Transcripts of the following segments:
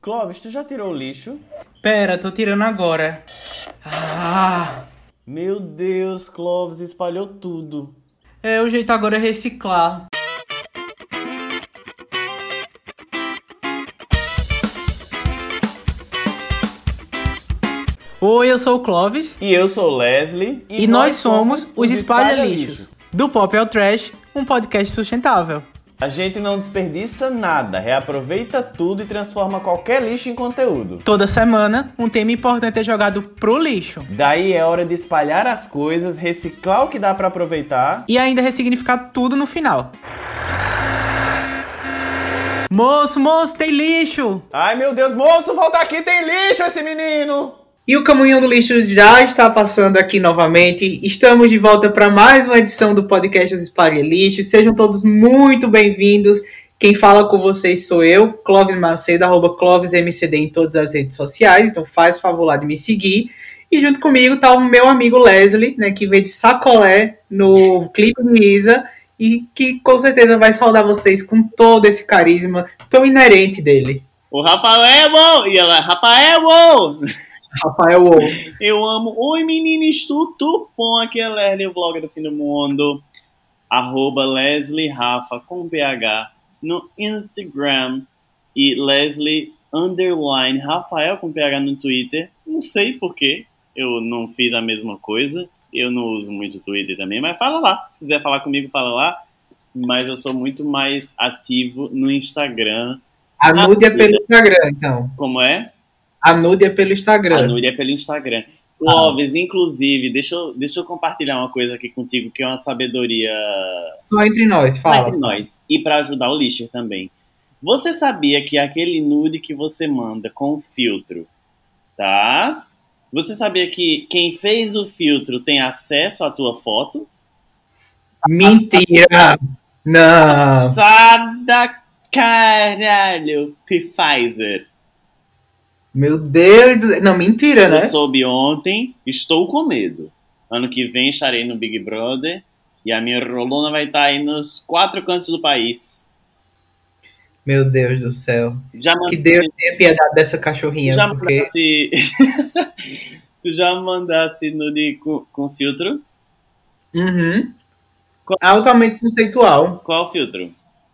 Clóvis, tu já tirou o lixo? Pera, tô tirando agora. Meu Deus, Clóvis espalhou tudo. O jeito agora é reciclar. Oi, eu sou o Clóvis. E eu sou o Leslie. E nós somos os Espalha-Lixos. Do Pop ao Trash, um podcast sustentável. A gente não desperdiça nada, reaproveita tudo e transforma qualquer lixo em conteúdo. Toda semana, um tema importante é jogado pro lixo. Daí é hora de espalhar as coisas, reciclar o que dá pra aproveitar e ainda ressignificar tudo no final. Moço, tem lixo! Ai meu Deus, moço, volta aqui, tem lixo esse menino! E o Caminhão do Lixo já está passando aqui novamente. Estamos de volta para mais uma edição do podcast Os Espalha-Lixos. Sejam todos muito bem-vindos. Quem fala com vocês sou eu, Clóvis Macedo, @ClóvisMCD em todas as redes sociais. Então faz favor lá de me seguir. E junto comigo está o meu amigo Leslie, né, que veio de sacolé no clipe de Isa e que com certeza vai saudar vocês com todo esse carisma tão inerente dele. O Rafael! E ela, Rafael! Eu amo. Oi, meninos, tudo bom? Aqui é Leslie, o vlog do fim do mundo. @Leslie Rafa com PH no Instagram. E Leslie _Rafael com PH no Twitter. Não sei porquê. Eu não fiz a mesma coisa. Eu não uso muito Twitter também, mas fala lá. Se quiser falar comigo, fala lá. Mas eu sou muito mais ativo no Instagram. A nude é pelo Instagram, então. Como é? A nude é pelo Instagram. A nude é pelo Instagram. Clóvis, inclusive, deixa eu compartilhar uma coisa aqui contigo, que é uma sabedoria... Só entre nós, fala. Só entre nós. E para ajudar o Lisher também. Você sabia que aquele nude que você manda com filtro, tá? Você sabia que quem fez o filtro tem acesso à tua foto? Mentira! Não! Sada caralho, Pfizer. Meu Deus! Não, mentira, né? Eu soube ontem, estou com medo. Ano que vem estarei no Big Brother e a minha rolona vai estar aí nos 4 cantos do país. Meu Deus do céu. Que Deus tenha piedade dessa cachorrinha. Tu já mandasse nude com filtro? Uhum. Altamente conceitual. Qual filtro?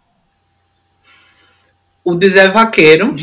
O de Zé Vaqueiro.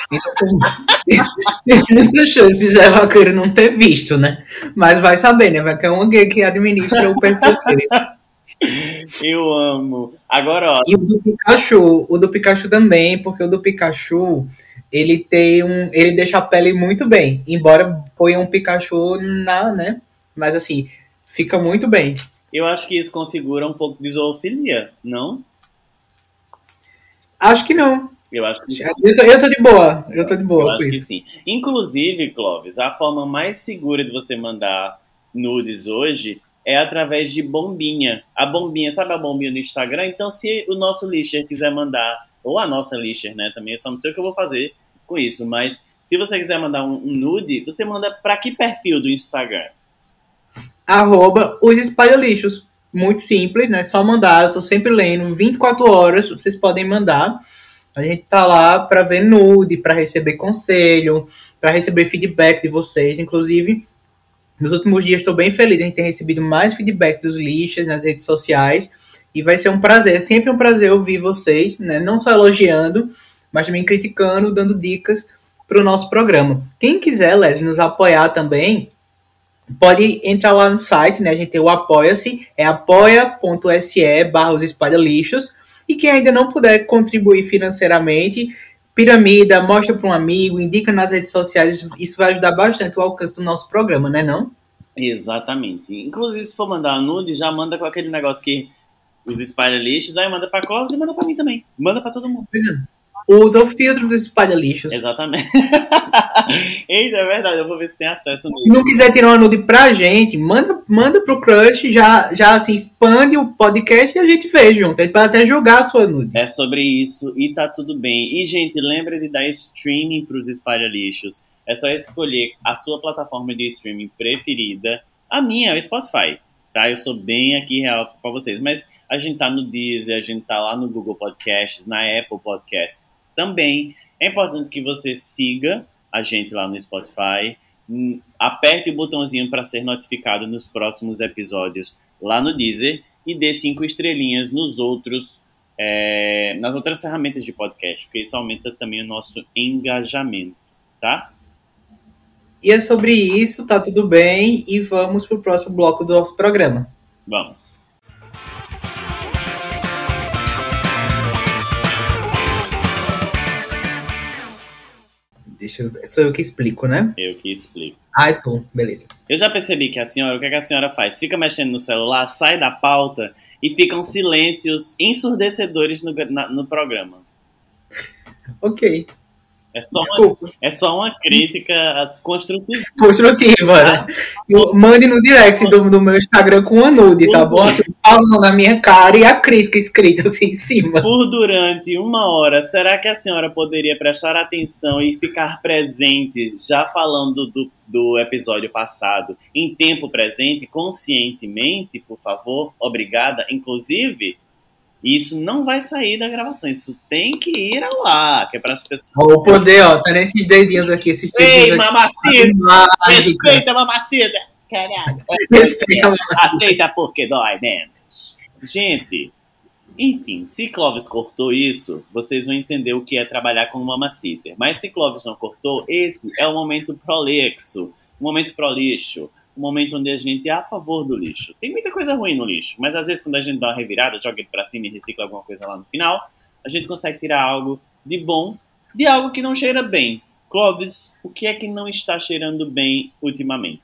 Tem muita chance de Zé Vaqueiro não ter visto, né? Mas vai saber, né? Vai que é um gay que administra o perfil dele. Eu amo. Agora, ó. E o do Pikachu também, porque o do Pikachu, ele deixa a pele muito bem. Embora ponha um Pikachu né? Mas assim, fica muito bem. Eu acho que isso configura um pouco de zoofilia, não? Acho que não. Eu acho que sim. Eu tô de boa. Eu tô de boa com isso. Que sim. Inclusive, Clóvis, a forma mais segura de você mandar nudes hoje é através de bombinha. A bombinha, sabe a bombinha do Instagram? Então, se o nosso Lisher quiser mandar, ou a nossa Lisher, né, também, eu só não sei o que eu vou fazer com isso, mas se você quiser mandar um nude, você manda pra que perfil do Instagram? @os Espalha-Lixos. Muito simples, né? Só mandar. Eu tô sempre lendo. 24 horas, vocês podem mandar. A gente tá lá pra ver nude, pra receber conselho, pra receber feedback de vocês. Inclusive, nos últimos dias estou bem feliz. A gente tem recebido mais feedback dos lixos nas redes sociais. E vai ser um prazer. É sempre um prazer ouvir vocês, né? Não só elogiando, mas também criticando, dando dicas pro nosso programa. Quem quiser, Leslie, nos apoiar também, pode entrar lá no site, né? A gente tem o Apoia-se, é apoia.se/osespalhalixos. E quem ainda não puder contribuir financeiramente, piramida, mostra para um amigo, indica nas redes sociais. Isso vai ajudar bastante o alcance do nosso programa, né não? Exatamente. Inclusive, se for mandar nude, já manda com aquele negócio que os espalha-lixos, aí manda pra Clóvis e manda pra mim também. Manda pra todo mundo. Pois é. Usa o filtro dos espalha-lixos. Exatamente. Eita, é verdade, eu vou ver se tem acesso nele. Se não quiser tirar uma nude pra gente, manda pro crush, já assim, expande o podcast e a gente vê junto. A gente pode até jogar a sua nude. É sobre isso e tá tudo bem. E, gente, lembra de dar streaming pros espalha-lixos. É só escolher a sua plataforma de streaming preferida. A minha é o Spotify, tá? Eu sou bem aqui real pra vocês. Mas a gente tá no Deezer, a gente tá lá no Google Podcasts, na Apple Podcasts também. É importante que você siga a gente lá no Spotify, aperte o botãozinho para ser notificado nos próximos episódios lá no Deezer e dê 5 estrelinhas nas outras ferramentas de podcast, porque isso aumenta também o nosso engajamento, tá? E é sobre isso, tá tudo bem, e vamos pro próximo bloco do nosso programa. Vamos. Deixa eu ver. Sou eu que explico, né? Eu que explico. Tô. Beleza. Eu já percebi que o que a senhora faz? Fica mexendo no celular, sai da pauta e ficam silêncios ensurdecedores no programa. Ok. Desculpa. É só uma crítica construtiva. Construtiva, né? Mande no direct do meu Instagram com uma nude, tá bom? Assim, pausando na minha cara e a crítica escrita assim em cima. Por durante 1 hora, será que a senhora poderia prestar atenção e ficar presente, já falando do episódio passado, em tempo presente, conscientemente, por favor? Obrigada. Inclusive, isso não vai sair da gravação, isso tem que ir ao ar, que é para as pessoas... O poder, tá nesses dedinhos aqui, esses dedinhos aqui. Mamacita! Respeita, mamacita! Caralho! Respeita, mamacita! Aceita porque dói menos. Gente, enfim, se Clovis cortou isso, vocês vão entender o que é trabalhar com mamacita. Mas se Clovis não cortou, esse é o momento prolixo, o momento prolixo. Um momento onde a gente é a favor do lixo. Tem muita coisa ruim no lixo, mas às vezes quando a gente dá uma revirada, joga ele pra cima e recicla alguma coisa lá no final, a gente consegue tirar algo de bom de algo que não cheira bem. Clovis, o que é que não está cheirando bem ultimamente?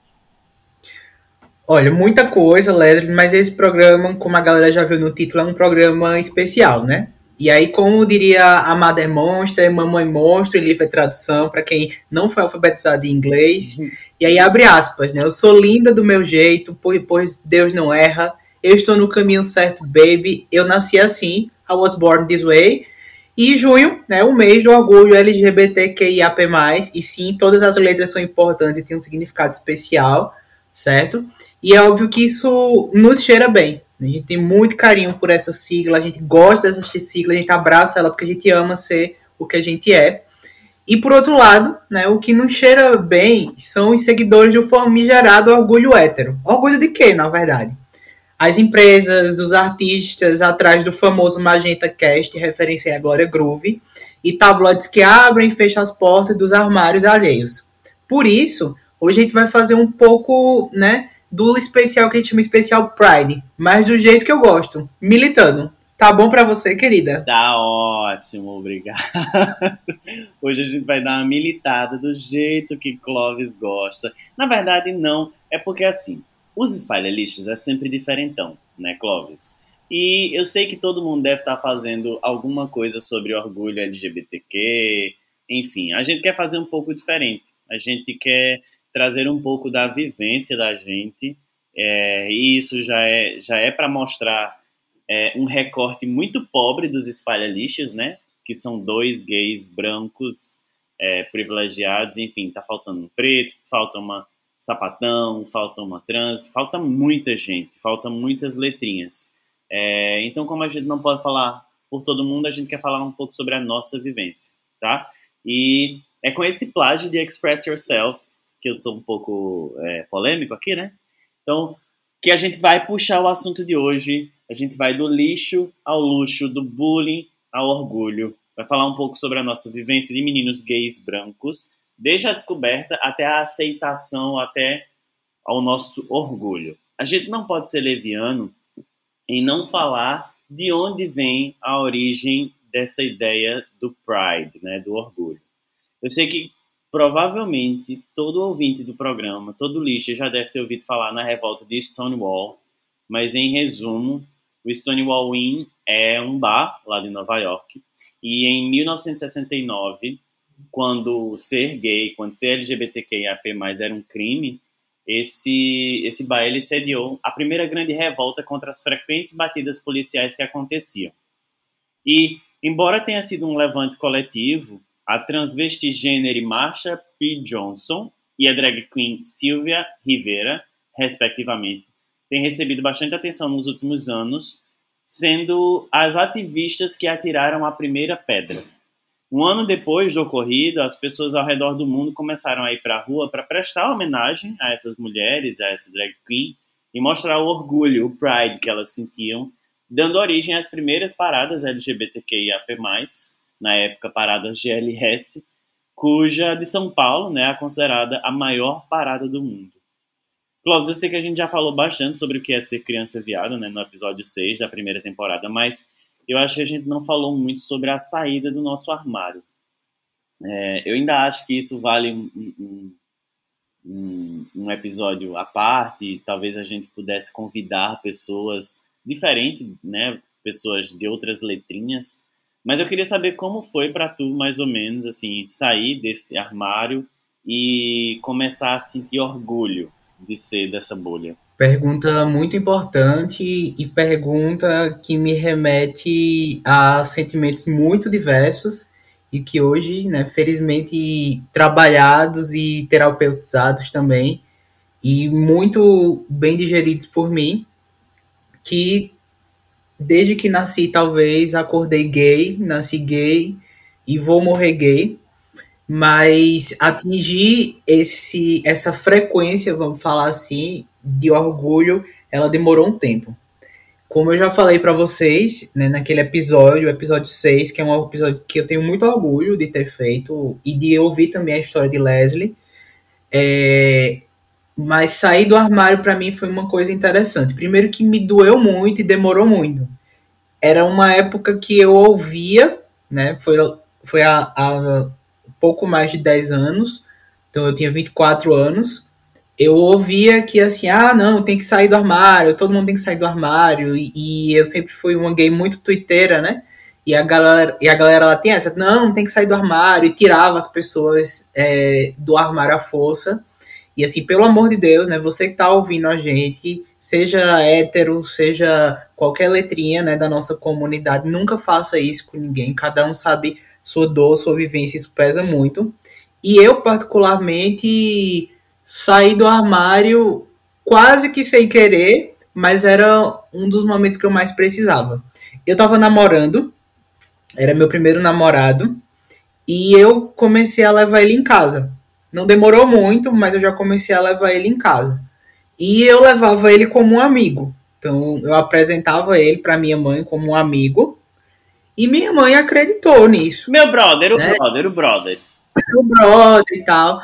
Olha, muita coisa, Leslie, mas esse programa, como a galera já viu no título, é um programa especial, né? E aí, como diria a Mother Monster, Mamãe Monstro, em livre tradução, para quem não foi alfabetizado em inglês. E aí, abre aspas, né? Eu sou linda do meu jeito, pois Deus não erra. Eu estou no caminho certo, baby. Eu nasci assim. I was born this way. E junho, né, o mês do orgulho LGBTQIAP+. E sim, todas as letras são importantes e têm um significado especial, certo? E é óbvio que isso nos cheira bem. A gente tem muito carinho por essa sigla, a gente gosta dessa sigla, a gente abraça ela porque a gente ama ser o que a gente é. E por outro lado, né, o que nos cheira bem são os seguidores do famigerado orgulho hétero. Orgulho de quê, na verdade? As empresas, os artistas atrás do famoso Magenta Cast, referência à Glória Groove, e tabloides que abrem e fecham as portas dos armários alheios. Por isso, hoje a gente vai fazer um pouco, né, do especial que a gente chama especial Pride, mas do jeito que eu gosto, militando. Tá bom pra você, querida? Tá ótimo, obrigado. Hoje a gente vai dar uma militada do jeito que Clovis gosta. Na verdade, não. É porque, assim, os espalha-lixos é sempre diferentão, né, Clovis? E eu sei que todo mundo deve estar fazendo alguma coisa sobre orgulho LGBTQ, enfim. A gente quer fazer um pouco diferente. A gente quer trazer um pouco da vivência da gente, e isso já é para mostrar um recorte muito pobre dos espalha-lixos, né? Que são 2 gays brancos privilegiados, enfim, tá faltando um preto, falta uma sapatão, falta uma trans, falta muita gente, falta muitas letrinhas. Então, como a gente não pode falar por todo mundo, a gente quer falar um pouco sobre a nossa vivência, tá? E é com esse plágio de Express Yourself, que eu sou um pouco polêmico aqui, né? Então, que a gente vai puxar o assunto de hoje. A gente vai do lixo ao luxo, do bullying ao orgulho. Vai falar um pouco sobre a nossa vivência de meninos gays brancos, desde a descoberta até a aceitação, até ao nosso orgulho. A gente não pode ser leviano em não falar de onde vem a origem dessa ideia do Pride, né, do orgulho. Eu sei que provavelmente todo ouvinte do programa, todo lixo já deve ter ouvido falar na revolta de Stonewall, mas em resumo, o Stonewall Inn é um bar lá de Nova York, e em 1969, quando ser gay, quando ser LGBTQIAP+, era um crime, esse bar ele sediou a primeira grande revolta contra as frequentes batidas policiais que aconteciam. E, embora tenha sido um levante coletivo, a transvestigênero Marsha P. Johnson e a drag queen Sylvia Rivera, respectivamente, têm recebido bastante atenção nos últimos anos, sendo as ativistas que atiraram a primeira pedra. Um ano depois do ocorrido, as pessoas ao redor do mundo começaram a ir para a rua para prestar homenagem a essas mulheres, a essa drag queen, e mostrar o orgulho, o pride que elas sentiam, dando origem às primeiras paradas LGBTQIAP+, na época paradas GLS, cuja de São Paulo, né, é considerada a maior parada do mundo. Clóvis, eu sei que a gente já falou bastante sobre o que é ser criança viada, né, no episódio 6 da primeira temporada, mas eu acho que a gente não falou muito sobre a saída do nosso armário. Eu ainda acho que isso vale um episódio à parte, talvez a gente pudesse convidar pessoas diferentes, né, pessoas de outras letrinhas, mas eu queria saber como foi para tu, mais ou menos, assim, sair desse armário e começar a sentir orgulho de ser dessa bolha. Pergunta muito importante e pergunta que me remete a sentimentos muito diversos e que hoje, né, felizmente trabalhados e terapeutizados também e muito bem digeridos por mim, que desde que nasci talvez acordei gay, nasci gay e vou morrer gay, mas atingir essa frequência, vamos falar assim, de orgulho, ela demorou um tempo. Como eu já falei para vocês, né, naquele episódio, o episódio 6, que é um episódio que eu tenho muito orgulho de ter feito e de ouvir também a história de Leslie, mas sair do armário para mim foi uma coisa interessante. Primeiro que me doeu muito e demorou muito. Era uma época que eu ouvia, né, foi há pouco mais de 10 anos, então eu tinha 24 anos, eu ouvia que assim, não, tem que sair do armário, todo mundo tem que sair do armário, e eu sempre fui uma gay muito twitteira, né, e a galera lá tem essa, não, tem que sair do armário, e tirava as pessoas do armário à força, e assim, pelo amor de Deus, né, você que tá ouvindo a gente, seja hétero, seja qualquer letrinha, né, da nossa comunidade, nunca faça isso com ninguém, cada um sabe sua dor, sua vivência, isso pesa muito. E eu, particularmente, saí do armário quase que sem querer, mas era um dos momentos que eu mais precisava. Eu tava namorando, era meu primeiro namorado, e eu comecei a levar ele em casa. Não demorou muito, mas eu já comecei a levar ele em casa. E eu levava ele como um amigo. Então, eu apresentava ele para minha mãe como um amigo, e minha mãe acreditou nisso. Meu brother, né? o brother. O brother e tal.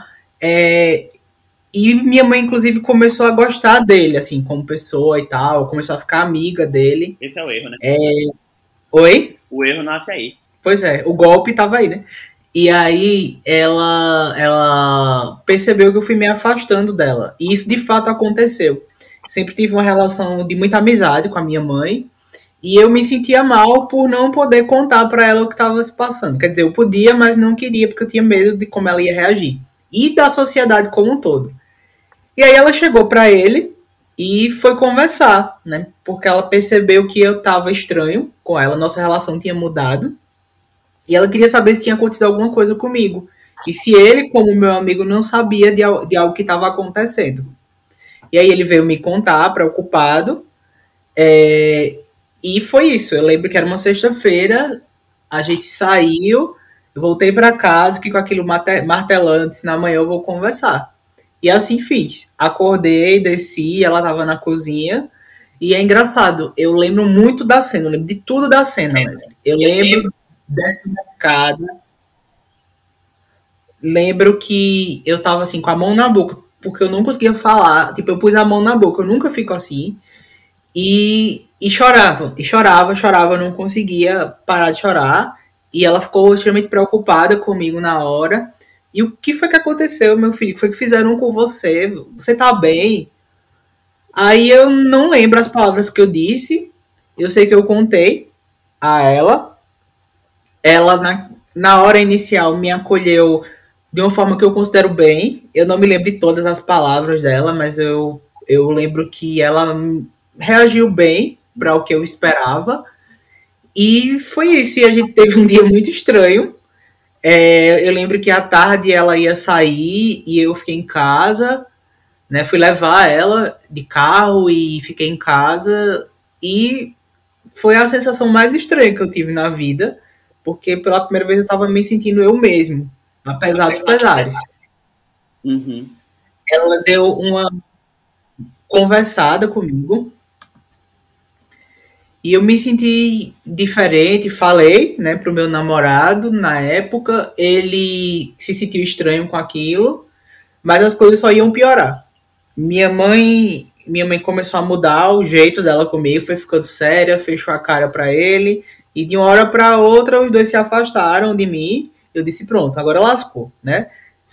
E minha mãe, inclusive, começou a gostar dele, assim, como pessoa e tal. Começou a ficar amiga dele. Esse é o erro, né? Oi? O erro nasce aí. Pois é, o golpe tava aí, né? E aí ela percebeu que eu fui me afastando dela. E isso de fato aconteceu. Sempre tive uma relação de muita amizade com a minha mãe. E eu me sentia mal por não poder contar para ela o que estava se passando. Quer dizer, eu podia, mas não queria, porque eu tinha medo de como ela ia reagir. E da sociedade como um todo. E aí ela chegou para ele e foi conversar, né? Porque ela percebeu que eu estava estranho com ela, nossa relação tinha mudado. E ela queria saber se tinha acontecido alguma coisa comigo. E se ele, como meu amigo, não sabia de algo que estava acontecendo. E aí ele veio me contar, preocupado. E foi isso. Eu lembro que era uma sexta-feira, a gente saiu, eu voltei para casa, fiquei com aquilo martelando, disse, na manhã eu vou conversar. E assim fiz. Acordei, desci, ela tava na cozinha. E é engraçado, eu lembro muito da cena, eu lembro de tudo da cena. Eu lembro dessa escada. Lembro que eu tava assim, com a mão na boca, porque eu não conseguia falar. Tipo, eu pus a mão na boca, eu nunca fico assim. E chorava, não conseguia parar de chorar. E ela ficou extremamente preocupada comigo na hora. E o que foi que aconteceu, meu filho? O que foi que fizeram com você? Você tá bem? Aí eu não lembro as palavras que eu disse. Eu sei que eu contei a ela. Ela, na hora inicial, me acolheu de uma forma que eu considero bem. Eu não me lembro de todas as palavras dela, mas eu lembro que ela reagiu bem para o que eu esperava. E foi isso. E a gente teve um dia muito estranho. Eu lembro que à tarde ela ia sair e eu fiquei em casa, né? Fui levar ela de carro e fiquei em casa. E foi a sensação mais estranha que eu tive na vida, porque pela primeira vez eu estava me sentindo eu mesmo, apesar dos pesares. Uhum. Ela deu uma conversada comigo e eu me senti diferente, falei, né, pro meu namorado na época, ele se sentiu estranho com aquilo, mas as coisas só iam piorar. Minha mãe começou a mudar o jeito dela comigo, foi ficando séria, fechou a cara pra ele, e de uma hora pra outra os dois se afastaram de mim. Eu disse, pronto, agora lascou, né?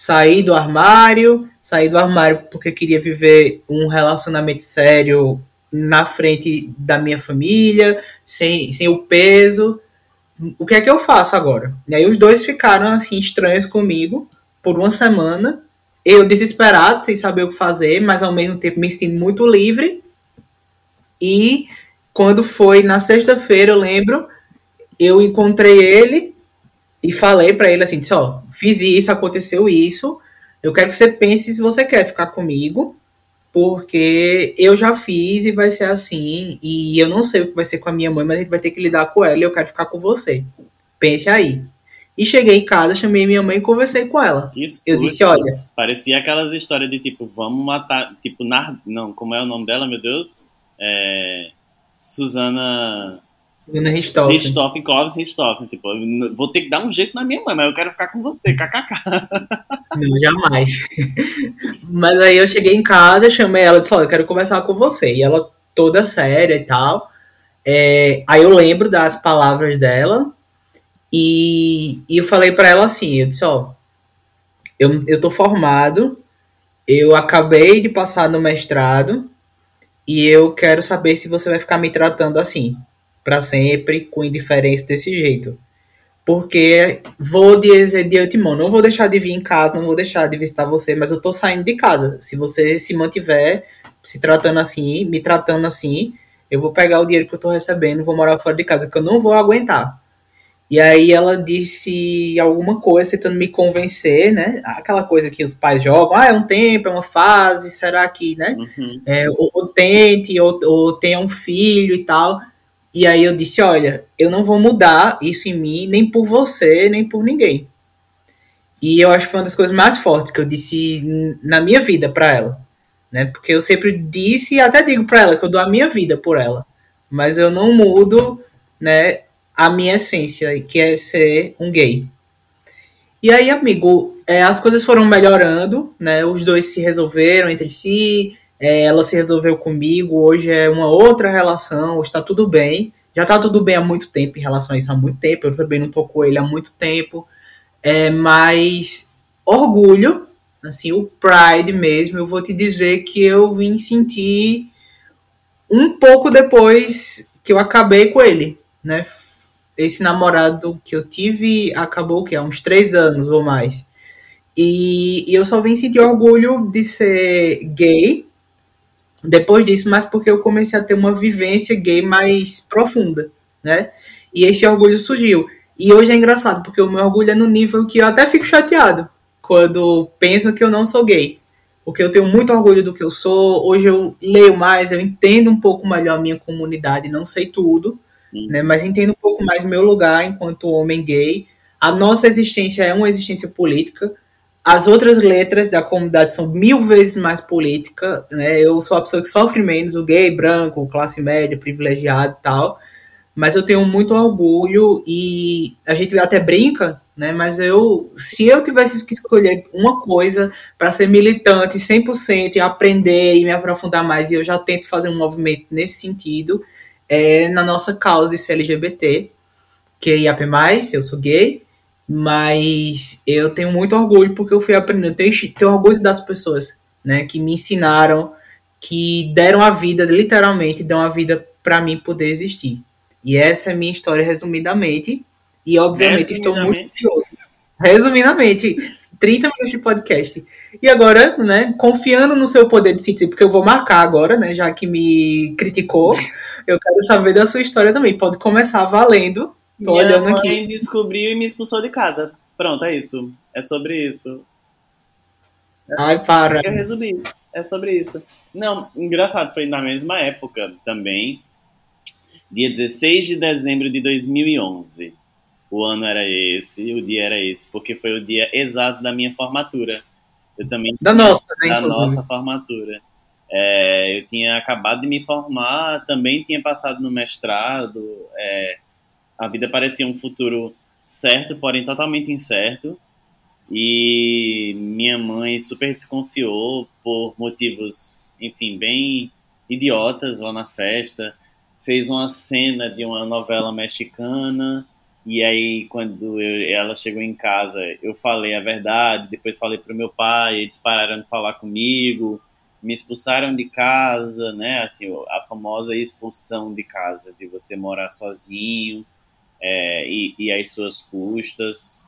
Saí do armário porque queria viver um relacionamento sério na frente da minha família, sem o peso. O que é que eu faço agora? E aí os dois ficaram assim estranhos comigo por uma semana. Eu desesperado, sem saber o que fazer, mas ao mesmo tempo me sentindo muito livre. E quando foi na sexta-feira, eu lembro, eu encontrei ele e falei pra ele assim, disse, ó, fiz isso, aconteceu isso, eu quero que você pense se você quer ficar comigo, porque eu já fiz e vai ser assim, e eu não sei o que vai ser com a minha mãe, mas a gente vai ter que lidar com ela e eu quero ficar com você. Pense aí. E cheguei em casa, chamei minha mãe e conversei com ela. Que Eu disse, olha... Parecia aquelas histórias de tipo, vamos matar, tipo, não, como é o nome dela, meu Deus? Susana Richthofen. Clóvis Richthofen, tipo, eu vou ter que dar um jeito na minha mãe, mas eu quero ficar com você, kkk. Não, jamais. Mas aí eu cheguei em casa, chamei ela e disse, olha, eu quero conversar com você. E ela toda séria e tal. Aí eu lembro das palavras dela e eu falei pra ela assim, eu disse, ó, eu tô formado, eu acabei de passar no mestrado e eu quero saber se você vai ficar me tratando assim, pra sempre, com indiferença desse jeito. Porque vou dizer de antemão, não vou deixar de vir em casa, não vou deixar de visitar você, mas eu tô saindo de casa. Se você se mantiver se tratando assim, me tratando assim, eu vou pegar o dinheiro que eu tô recebendo, vou morar fora de casa, que eu não vou aguentar. E aí ela disse alguma coisa, tentando me convencer, né? Aquela coisa que os pais jogam, é um tempo, é uma fase, será que, né? Uhum. Ou tente, ou tenha um filho e tal. E aí eu disse, olha, eu não vou mudar isso em mim, nem por você, nem por ninguém. E eu acho que foi uma das coisas mais fortes que eu disse na minha vida pra ela. Né? Porque eu sempre disse e até digo pra ela que eu dou a minha vida por ela. Mas eu não mudo, né, a minha essência, que é ser um gay. E aí, amigo, as coisas foram melhorando, né? Os dois se resolveram entre si, ela se resolveu comigo, hoje é uma outra relação, hoje tá tudo bem. Já tá tudo bem há muito tempo em relação a isso, há muito tempo. Eu também não tô com ele há muito tempo. Mas orgulho, assim, o pride mesmo, eu vou te dizer que eu vim sentir um pouco depois que eu acabei com ele, né? Esse namorado que eu tive acabou o quê? Há uns 3 anos ou mais. E eu só vim sentir orgulho de ser gay depois disso, mas porque eu comecei a ter uma vivência gay mais profunda, né? E esse orgulho surgiu. E hoje é engraçado, porque o meu orgulho é no nível que eu até fico chateado quando penso que eu não sou gay. Porque eu tenho muito orgulho do que eu sou. Hoje eu leio mais, eu entendo um pouco melhor a minha comunidade, não sei tudo, né? Mas entendo um pouco mais meu lugar enquanto homem gay. A nossa existência é uma existência política. As outras letras da comunidade são 1000 vezes mais política, né? Eu sou a pessoa que sofre menos, o gay, branco, classe média, privilegiado e tal. Mas eu tenho muito orgulho e a gente até brinca, né? Mas se eu tivesse que escolher uma coisa para ser militante 100% e aprender e me aprofundar mais, e eu já tento fazer um movimento nesse sentido, na nossa causa de ser LGBT, que é IAP+, eu sou gay, mas eu tenho muito orgulho porque eu fui aprendendo, tenho orgulho das pessoas, né? Que me ensinaram, que deram a vida, literalmente, dão a vida para mim poder existir. E essa é a minha história resumidamente. E, obviamente, estou muito curioso. Resumidamente, 30 minutos de podcast. E agora, né, confiando no seu poder de síntese, porque eu vou marcar agora, né, já que me criticou, eu quero saber da sua história também. Pode começar valendo. Tô olhando aqui. Minha mãe descobriu e me expulsou de casa. Pronto, é isso. É sobre isso. Ai, para. Eu resumi. É sobre isso. Não, engraçado, foi na mesma época também. Dia 16 de dezembro de 2011. o ano era esse, o dia era esse, porque foi o dia exato da minha formatura. Eu também Da tinha, nossa, né, da inclusive. nossa formatura. Eu tinha acabado de me formar, também tinha passado no mestrado. A vida parecia um futuro certo, porém totalmente incerto. E minha mãe super desconfiou por motivos, enfim, bem idiotas lá na festa. Fez uma cena de uma novela mexicana. E aí, quando ela chegou em casa, eu falei a verdade. Depois falei pro meu pai, eles pararam de falar comigo, me expulsaram de casa, né? Assim, a famosa expulsão de casa, de você morar sozinho, e às suas custas.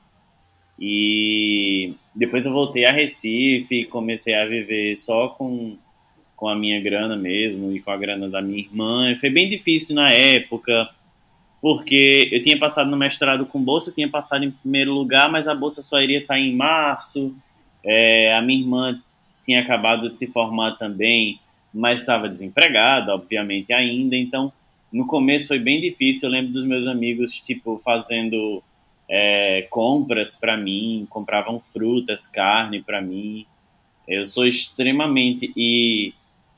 E depois eu voltei a Recife e comecei a viver só com a minha grana mesmo e com a grana da minha irmã. E foi bem difícil na época, porque eu tinha passado no mestrado com bolsa, eu tinha passado em primeiro lugar, mas a bolsa só iria sair em março. A minha irmã tinha acabado de se formar também, mas estava desempregada, obviamente, ainda. Então, no começo foi bem difícil. Eu lembro dos meus amigos, tipo, fazendo compras para mim, compravam frutas, carne para mim. Eu sou extremamente e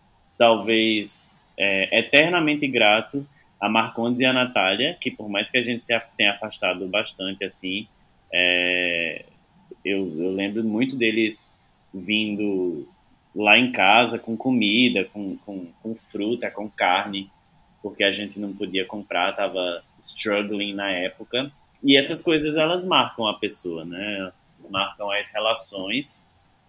talvez eternamente grato a Marcondes e a Natália, que por mais que a gente se tenha afastado bastante assim, é, eu lembro muito deles vindo lá em casa com comida, com fruta, com carne, porque a gente não podia comprar, tava struggling na época. E essas coisas elas marcam a pessoa, né? Marcam as relações.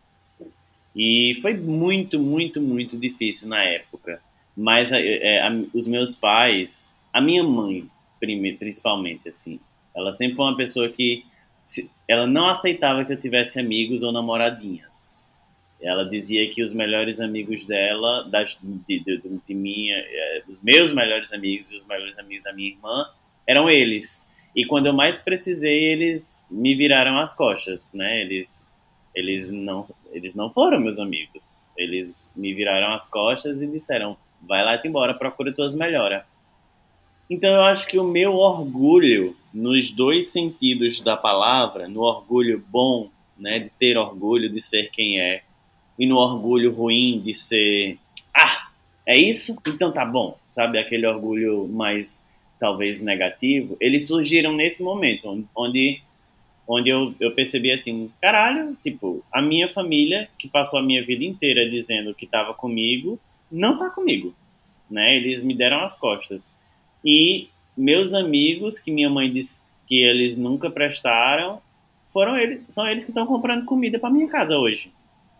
E foi muito, muito, muito difícil na época. Mas os meus pais, a minha mãe, principalmente, assim, ela sempre foi uma pessoa que ela não aceitava que eu tivesse amigos ou namoradinhas. Ela dizia que os melhores amigos dela, de minha, os meus melhores amigos e os melhores amigos da minha irmã, eram eles. E quando eu mais precisei, eles me viraram as costas, né? Eles não, eles não foram meus amigos. Eles me viraram as costas e disseram: vai lá e embora, procura tuas melhoras. Então eu acho que o meu orgulho, nos dois sentidos da palavra, no orgulho bom, né, de ter orgulho de ser quem é, e no orgulho ruim de ser, é isso? Então tá bom, sabe? Aquele orgulho mais, talvez, negativo, eles surgiram nesse momento, onde eu percebi assim, caralho, tipo, a minha família, que passou a minha vida inteira dizendo que tava comigo, não tá comigo, né? Eles me deram as costas. E meus amigos, que minha mãe disse que eles nunca prestaram, são eles que estão comprando comida para minha casa hoje.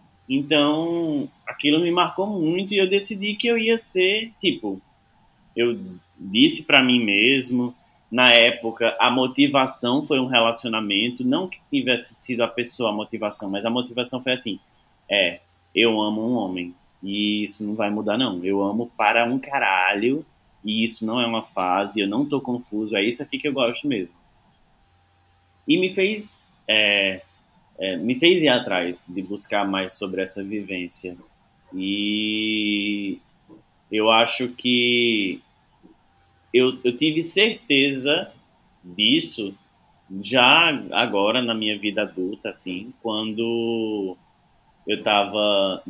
Então, aquilo me marcou muito e eu decidi que eu ia ser, tipo, eu disse para mim mesmo, na época, a motivação foi um relacionamento, não que tivesse sido a pessoa a motivação, mas a motivação foi assim, é, eu amo um homem e isso não vai mudar não, eu amo para um caralho e isso não é uma fase, eu não tô confuso, é isso aqui que eu gosto mesmo. E é, me fez ir atrás de buscar mais sobre essa vivência. E eu acho que eu tive certeza disso já agora na minha vida adulta, assim, quando eu estava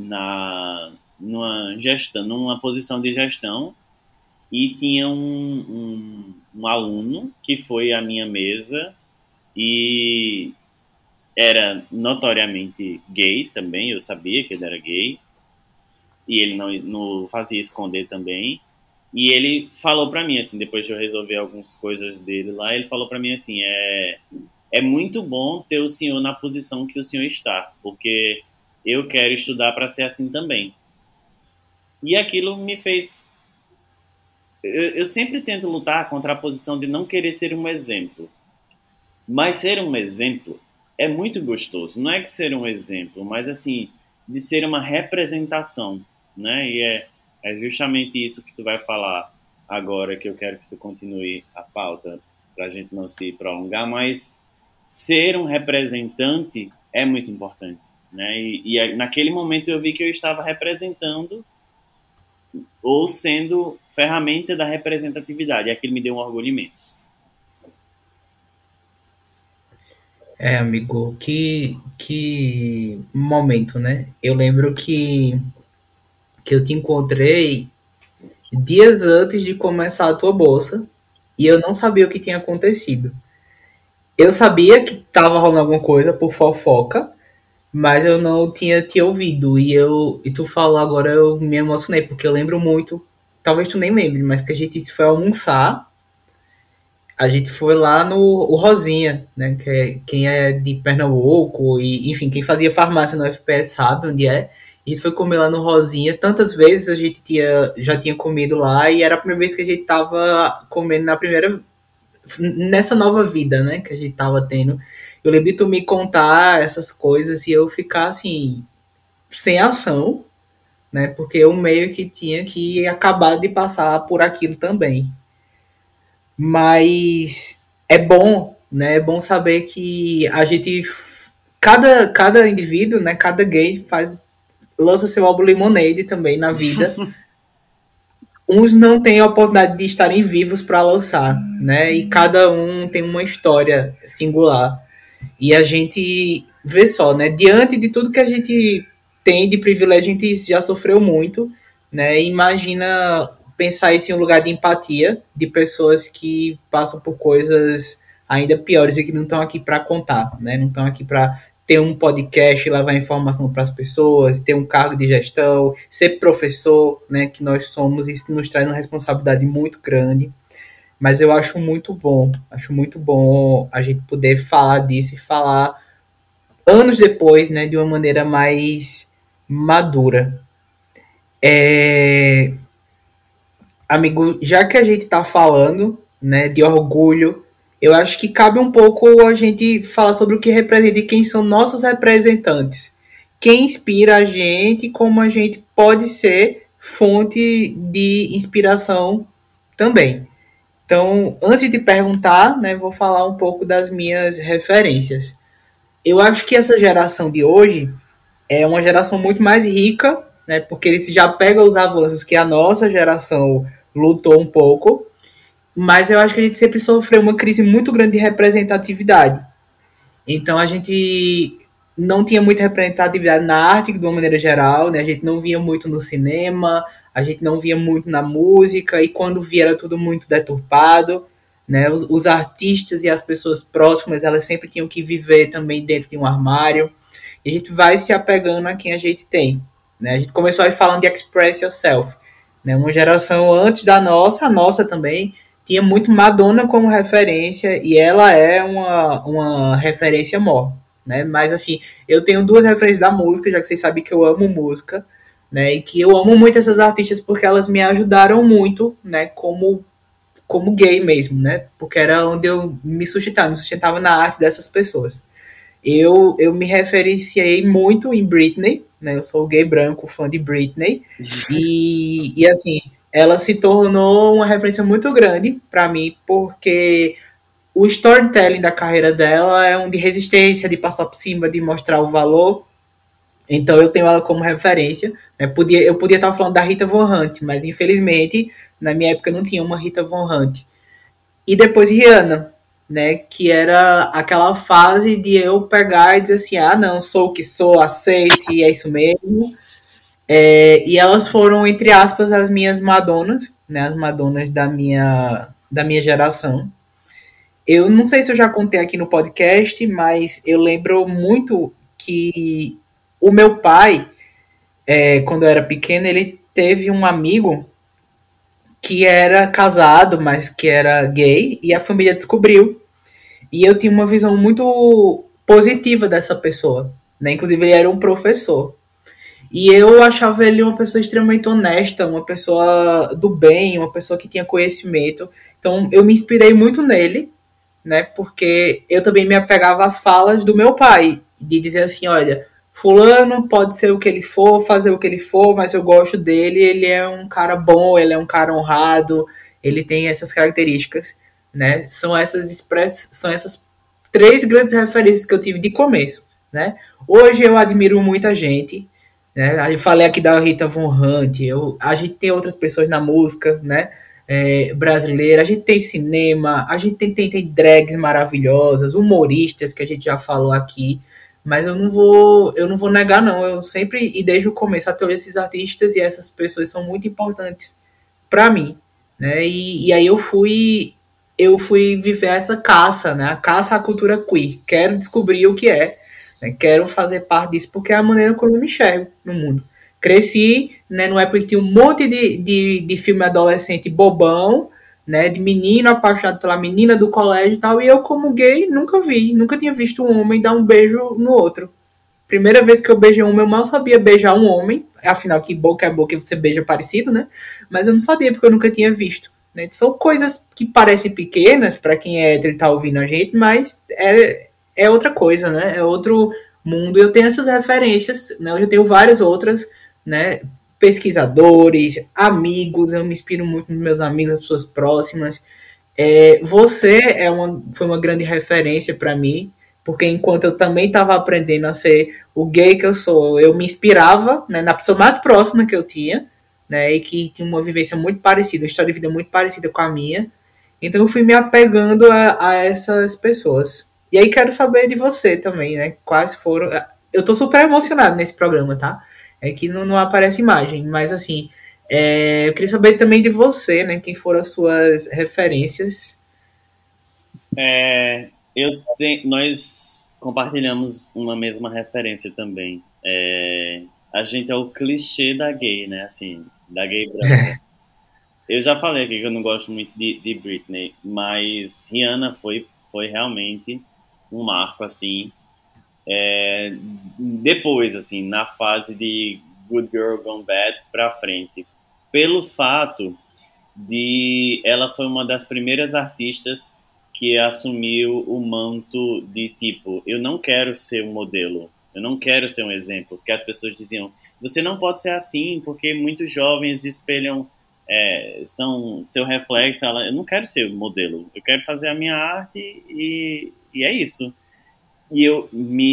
numa posição de gestão e tinha um aluno que foi à minha mesa e era notoriamente gay também, eu sabia que ele era gay, e ele não fazia esconder também. E ele falou pra mim, assim, depois de eu resolver algumas coisas dele lá, ele falou pra mim assim, é muito bom ter o senhor na posição que o senhor está, porque eu quero estudar para ser assim também. E aquilo me fez... Eu sempre tento lutar contra a posição de não querer ser um exemplo. Mas ser um exemplo é muito gostoso. Não é que ser um exemplo, mas assim, de ser uma representação, né? E é justamente isso que tu vai falar agora, que eu quero que tu continue a pauta, para a gente não se prolongar, mas ser um representante é muito importante, né? Naquele momento eu vi que eu estava representando ou sendo ferramenta da representatividade, e aquilo me deu um orgulho imenso. Amigo, que momento, né? Eu lembro que eu te encontrei dias antes de começar a tua bolsa e eu não sabia o que tinha acontecido. Eu sabia que tava rolando alguma coisa por fofoca, mas eu não tinha te ouvido. E tu falou agora, eu me emocionei, porque eu lembro muito, talvez tu nem lembre, mas que a gente foi almoçar, a gente foi lá no o Rosinha, né? Quem é de Pernambuco, e enfim, quem fazia farmácia no FPS sabe onde é. A gente foi comer lá no Rosinha. Tantas vezes a gente já tinha comido lá e era a primeira vez que a gente tava comendo nessa nova vida, né? Que a gente tava tendo. Eu lembro de tu me contar essas coisas e eu ficar assim, sem ação, né? Porque eu meio que tinha que acabar de passar por aquilo também. Mas é bom, né? É bom saber que a gente, cada indivíduo, né? Cada gay lança seu álbum Lemonade também na vida. Uns não têm a oportunidade de estarem vivos para lançar, né? E cada um tem uma história singular. E a gente vê só, né? Diante de tudo que a gente tem de privilégio, a gente já sofreu muito, né? Imagina pensar isso em um lugar de empatia, de pessoas que passam por coisas ainda piores e que não estão aqui para contar, né? Não estão aqui para ter um podcast e levar informação para as pessoas, ter um cargo de gestão, ser professor, né? Que nós somos, isso nos traz uma responsabilidade muito grande. Mas eu acho muito bom a gente poder falar disso e falar anos depois, né, de uma maneira mais madura. É, amigo, já que a gente está falando, né, de orgulho, eu acho que cabe um pouco a gente falar sobre o que representa e quem são nossos representantes. Quem inspira a gente, como a gente pode ser fonte de inspiração também. Então, antes de perguntar, né, vou falar um pouco das minhas referências. Eu acho que essa geração de hoje é uma geração muito mais rica, né, porque eles já pegam os avanços que a nossa geração lutou um pouco, mas eu acho que a gente sempre sofreu uma crise muito grande de representatividade. Então, a gente não tinha muita representatividade na arte de uma maneira geral, né? A gente não via muito no cinema, a gente não via muito na música, e quando via era tudo muito deturpado, né? Os artistas e as pessoas próximas, elas sempre tinham que viver também dentro de um armário, e a gente vai se apegando a quem a gente tem, né? A gente começou aí falando de Express Yourself, né? Uma geração antes da nossa, a nossa também, tinha muito Madonna como referência e ela é uma referência maior, né? Mas assim, eu tenho duas referências da música, já que vocês sabem que eu amo música, né? E que eu amo muito essas artistas porque elas me ajudaram muito, né? Como gay mesmo, né? Porque era onde eu me sustentava na arte dessas pessoas. Eu me referenciei muito em Britney, né? Eu sou gay branco, fã de Britney. E assim, ela se tornou uma referência muito grande para mim, porque o storytelling da carreira dela é um de resistência, de passar por cima, de mostrar o valor. Então eu tenho ela como referência. Né? Eu podia estar falando da Rita Von Hunt, mas infelizmente na minha época não tinha uma Rita Von Hunt. E depois Rihanna, né? Que era aquela fase de eu pegar e dizer assim, ah, não, sou o que sou, aceite, e é isso mesmo. E elas foram, entre aspas, as minhas Madonas, né? As Madonas da minha geração. Eu não sei se eu já contei aqui no podcast, mas eu lembro muito que o meu pai, quando eu era pequeno, ele teve um amigo que era casado, mas que era gay, e a família descobriu. E eu tinha uma visão muito positiva dessa pessoa, né? Inclusive, ele era um professor. E eu achava ele uma pessoa extremamente honesta, uma pessoa do bem, uma pessoa que tinha conhecimento. Então, eu me inspirei muito nele, né? Porque eu também me apegava às falas do meu pai, de dizer assim, olha, fulano pode ser o que ele for, fazer o que ele for, mas eu gosto dele, ele é um cara bom, ele é um cara honrado, ele tem essas características, né? São essas três grandes referências que eu tive de começo, né? Hoje eu admiro muita gente, né? Eu falei aqui da Rita Von Hunt, a gente tem outras pessoas na música, né? brasileira, a gente tem cinema, a gente tem drags maravilhosas, humoristas que a gente já falou aqui, mas eu não vou negar não, eu sempre e desde o começo até hoje esses artistas e essas pessoas são muito importantes para mim, né? E aí eu fui viver essa caça, né? A caça à cultura queer. Quero descobrir o que é, né? Quero fazer parte disso porque é a maneira como eu me enxergo no mundo. Cresci, né, numa época que tinha um monte de filme adolescente bobão, né, de menino apaixonado pela menina do colégio e tal, e eu como gay nunca tinha visto um homem dar um beijo no outro. Primeira vez que eu beijei um homem, eu mal sabia beijar um homem, afinal que boca é boca e você beija parecido, né, mas eu não sabia porque eu nunca tinha visto. Né? São coisas que parecem pequenas para quem é hétero e tá ouvindo a gente, mas é outra coisa, né, é outro mundo. Eu tenho essas referências, né, eu tenho várias outras, né, pesquisadores, amigos, eu me inspiro muito nos meus amigos, as pessoas próximas. Você foi uma grande referência para mim, porque enquanto eu também estava aprendendo a ser o gay que eu sou, eu me inspirava, né, na pessoa mais próxima que eu tinha, né, e que tinha uma vivência muito parecida, uma história de vida muito parecida com a minha. Então eu fui me apegando a essas pessoas. E aí quero saber de você também, né? Quais foram. Eu tô super emocionado nesse programa, tá? É que não aparece imagem, mas assim, eu queria saber também de você, né? Quem foram as suas referências. Nós compartilhamos uma mesma referência também. A gente é o clichê da gay, né? Assim, da gay branca. Eu já falei aqui que eu não gosto muito de Britney, mas Rihanna foi realmente um marco, assim. Depois, assim, na fase de Good Girl Gone Bad pra frente. Pelo fato de ela foi uma das primeiras artistas que assumiu o manto de tipo, eu não quero ser um modelo, eu não quero ser um exemplo, porque as pessoas diziam, você não pode ser assim, porque muitos jovens espelham, são seu reflexo. Eu não quero ser modelo, eu quero fazer a minha arte e é isso. E eu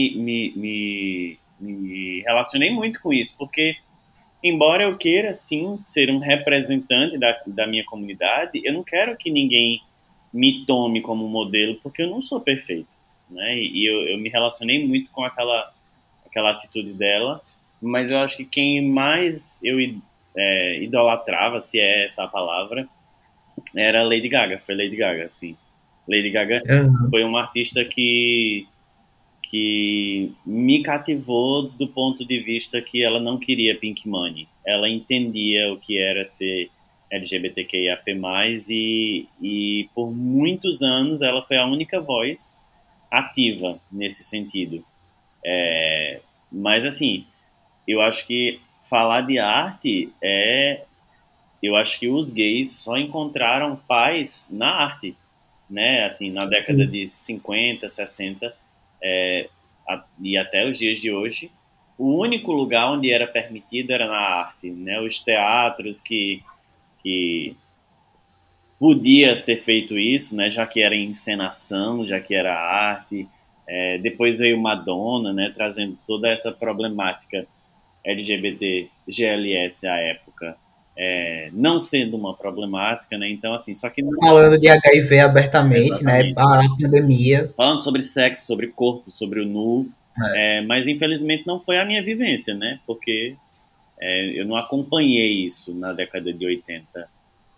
me relacionei muito com isso, porque embora eu queira, sim, ser um representante da minha comunidade, eu não quero que ninguém me tome como modelo, porque eu não sou perfeito, né? E eu me relacionei muito com aquela atitude dela, mas eu acho que quem mais eu idolatrava, se é essa a palavra, era Lady Gaga, foi Lady Gaga, sim. Lady Gaga Uhum. foi uma artista que me cativou do ponto de vista que ela não queria Pink Money. Ela entendia o que era ser LGBTQIAP+, e por muitos anos ela foi a única voz ativa nesse sentido. Mas, assim, eu acho que falar de arte eu acho que os gays só encontraram paz na arte, né? Assim, na década de 50, 60, e até os dias de hoje, o único lugar onde era permitido era na arte, né? Os teatros que podia ser feito isso, né? Já que era encenação, já que era arte. Depois veio Madonna, né? Trazendo toda essa problemática LGBT GLS à época, não sendo uma problemática, né? Então, assim, só que não, Falando de HIV abertamente, né? exatamente. A pandemia. Falando sobre sexo, sobre corpo, sobre o nu, mas infelizmente não foi a minha vivência, né? Porque eu não acompanhei isso na década de 80.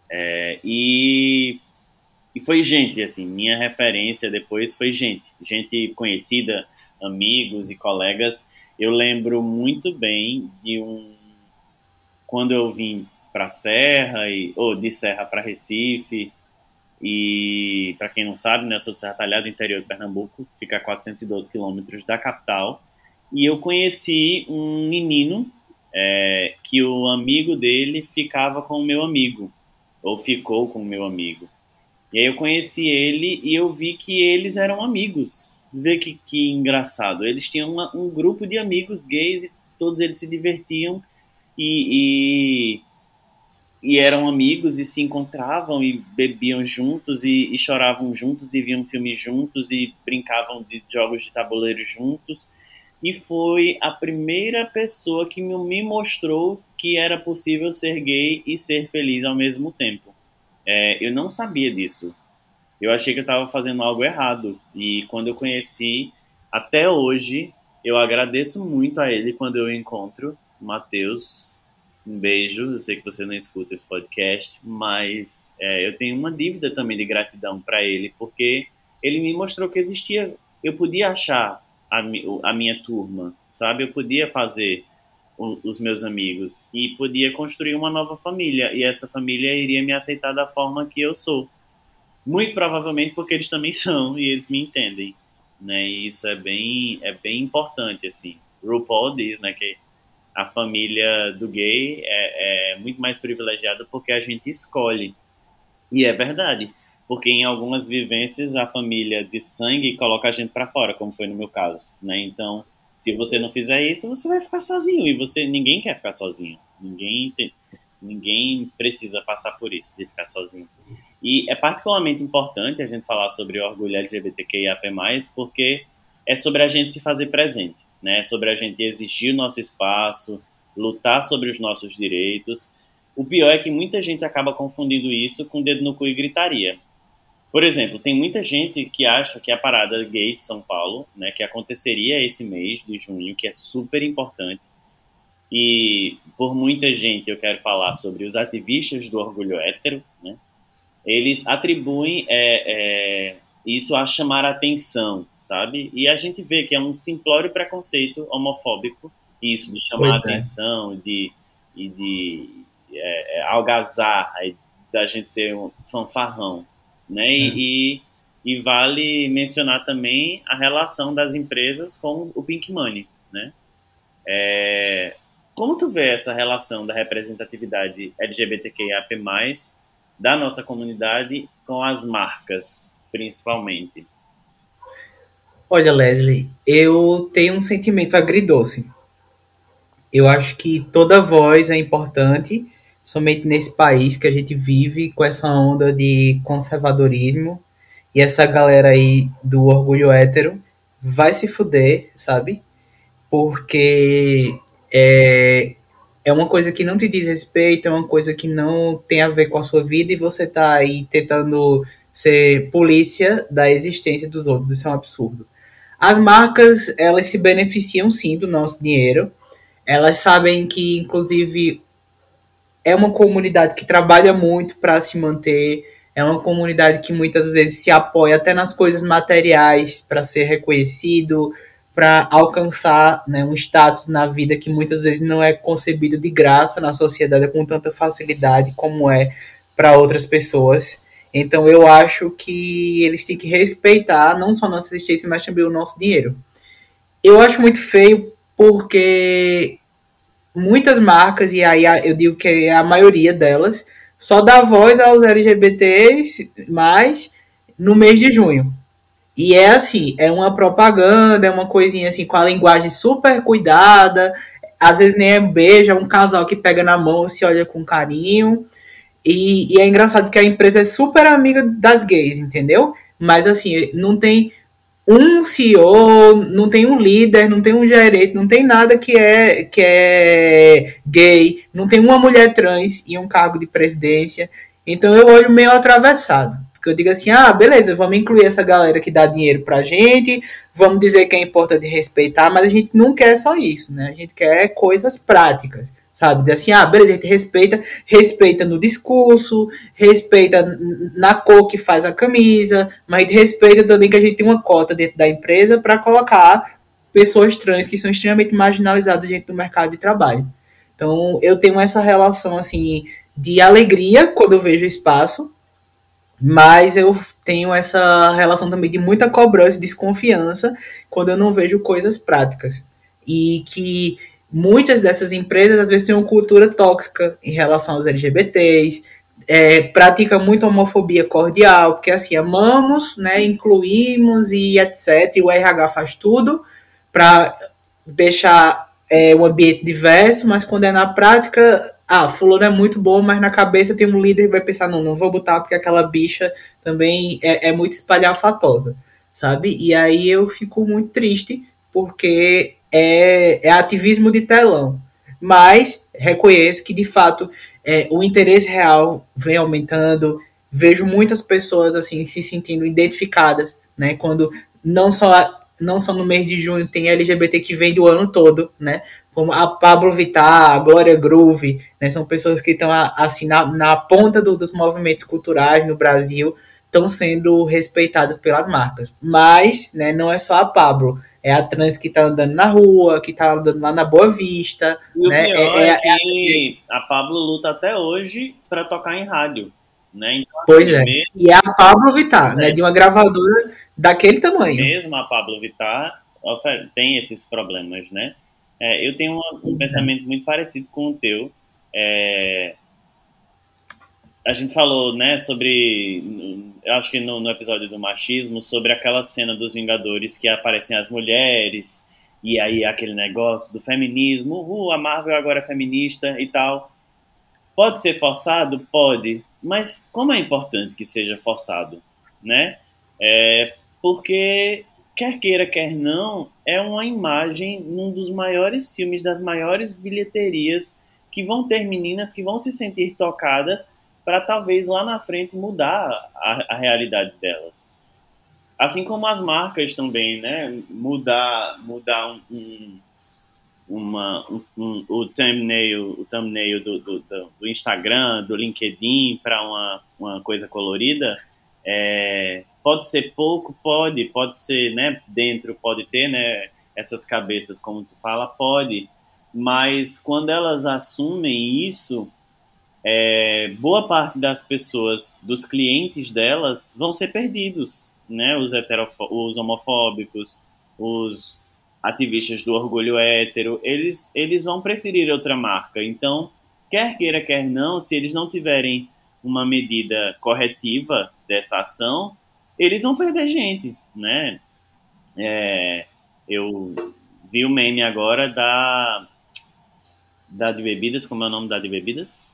E foi gente, assim, minha referência depois foi gente conhecida, amigos e colegas. Eu lembro muito bem quando eu vim para Serra, ou de Serra para Recife, e para quem não sabe, né, eu sou de Serra Talhada, interior de Pernambuco, fica a 412 quilômetros da capital, e eu conheci um menino que o amigo dele ficava com o meu amigo, ou ficou com o meu amigo. E aí eu conheci ele e eu vi que eles eram amigos. Vê que engraçado. Eles tinham um grupo de amigos gays e todos eles se divertiam e, e eram amigos e se encontravam e bebiam juntos e choravam juntos e viam filme juntos e brincavam de jogos de tabuleiro juntos. E foi a primeira pessoa que me mostrou que era possível ser gay e ser feliz ao mesmo tempo. Eu não sabia disso. Eu achei que eu estava fazendo algo errado. E quando eu conheci, até hoje, eu agradeço muito a ele quando eu o encontro. Matheus, um beijo. Eu sei que você não escuta esse podcast, mas eu tenho uma dívida também de gratidão para ele, porque ele me mostrou que existia. Eu podia achar a minha turma, sabe? Eu podia fazer os meus amigos e podia construir uma nova família. E essa família iria me aceitar da forma que eu sou. Muito provavelmente porque eles também são e eles me entendem, né? E isso é bem importante, assim. RuPaul diz, né, que a família do gay é muito mais privilegiada porque a gente escolhe. E é verdade, porque em algumas vivências a família de sangue coloca a gente para fora, como foi no meu caso, né? Então, se você não fizer isso, você vai ficar sozinho e ninguém quer ficar sozinho. Ninguém precisa passar por isso de ficar sozinho. E é particularmente importante a gente falar sobre o orgulho LGBTQIAP+, porque é sobre a gente se fazer presente, né? É sobre a gente exigir o nosso espaço, lutar sobre os nossos direitos. O pior é que muita gente acaba confundindo isso com dedo no cu e gritaria. Por exemplo, tem muita gente que acha que a parada gay de São Paulo, né, que aconteceria esse mês de junho, que é super importante, e por muita gente eu quero falar sobre os ativistas do orgulho hétero, né? Eles atribuem isso a chamar a atenção, sabe? E a gente vê que é um simplório preconceito homofóbico, isso de chamar a Pois é. atenção, de algazarra, e da gente ser um fanfarrão, né? E vale mencionar também a relação das empresas com o Pink Money, né? Como tu vê essa relação da representatividade LGBTQIAP+, da nossa comunidade com as marcas, principalmente? Olha, Leslie, eu tenho um sentimento agridoce. Eu acho que toda voz é importante, somente nesse país que a gente vive com essa onda de conservadorismo e essa galera aí do orgulho hétero vai se fuder, sabe? Porque é uma coisa que não te diz respeito, é uma coisa que não tem a ver com a sua vida e você tá aí tentando ser polícia da existência dos outros. Isso é um absurdo. As marcas, elas se beneficiam sim do nosso dinheiro. Elas sabem que, inclusive, é uma comunidade que trabalha muito para se manter, é uma comunidade que muitas vezes se apoia até nas coisas materiais para ser reconhecido, para alcançar, né, um status na vida que muitas vezes não é concebido de graça na sociedade com tanta facilidade como é para outras pessoas. Então eu acho que eles têm que respeitar não só a nossa existência, mas também o nosso dinheiro. Eu acho muito feio porque muitas marcas, e aí eu digo que é a maioria delas, só dá voz aos LGBTs mais no mês de junho. E é assim, é uma propaganda, é uma coisinha assim com a linguagem super cuidada, às vezes nem é um beijo, é um casal que pega na mão e se olha com carinho. E é engraçado que a empresa é super amiga das gays, entendeu? Mas assim, não tem um CEO, não tem um líder, não tem um gerente, não tem nada que é gay, não tem uma mulher trans em um cargo de presidência. Então eu olho meio atravessado. Porque eu digo assim, beleza, vamos incluir essa galera que dá dinheiro pra gente, vamos dizer que é importante respeitar, mas a gente não quer só isso, né? A gente quer coisas práticas, sabe? Dizer assim, beleza, a gente respeita no discurso, respeita na cor que faz a camisa, mas respeita também que a gente tem uma cota dentro da empresa para colocar pessoas trans que são extremamente marginalizadas dentro do mercado de trabalho. Então, eu tenho essa relação, assim, de alegria quando eu vejo espaço, mas eu tenho essa relação também de muita cobrança e desconfiança quando eu não vejo coisas práticas. E que muitas dessas empresas às vezes têm uma cultura tóxica em relação aos LGBTs, pratica muito homofobia cordial, porque assim, amamos, né, incluímos e etc. E o RH faz tudo para deixar o ambiente diverso, mas quando é na prática, fulano é muito bom, mas na cabeça tem um líder que vai pensar, não vou botar porque aquela bicha também é muito espalhafatosa, sabe? E aí eu fico muito triste, porque é ativismo de telão. Mas reconheço que, de fato, o interesse real vem aumentando, vejo muitas pessoas assim se sentindo identificadas, né? Quando não só no mês de junho tem LGBT que vem do ano todo, né? Como a Pablo Vittar, a Glória Groove, né? São pessoas que estão assim na ponta dos movimentos culturais no Brasil, estão sendo respeitadas pelas marcas. Mas, né, não é só a Pablo, é a trans que está andando na rua, que está andando lá na Boa Vista, E o né? pior é que a Pablo luta até hoje para tocar em rádio, né? Então, Pois assim, é. mesmo, E é a Pablo Vittar, né? é, De uma gravadora daquele tamanho. mesmo a Pablo Vittar tem esses problemas, né? Eu tenho um pensamento muito parecido com o teu. É, a gente falou, né, sobre, eu acho que no episódio do machismo, sobre aquela cena dos Vingadores que aparecem as mulheres, e aí aquele negócio do feminismo, a Marvel agora é feminista e tal. Pode ser forçado? Pode. Mas como é importante que seja forçado, né? Porque, quer queira, quer não, é uma imagem num dos maiores filmes, das maiores bilheterias, que vão ter meninas que vão se sentir tocadas para talvez lá na frente mudar a realidade delas. Assim como as marcas também, né? Mudar o thumbnail do Instagram, do LinkedIn para uma coisa colorida, pode ser pouco, pode ser, né, dentro, pode ter, né, essas cabeças, como tu fala, pode, mas quando elas assumem isso, boa parte das pessoas, dos clientes delas, vão ser perdidos, né, os homofóbicos, os ativistas do orgulho hétero, eles vão preferir outra marca. Então, quer queira, quer não, se eles não tiverem uma medida corretiva dessa ação, eles vão perder gente, né? Eu vi o meme agora da de bebidas, como é o nome da de bebidas?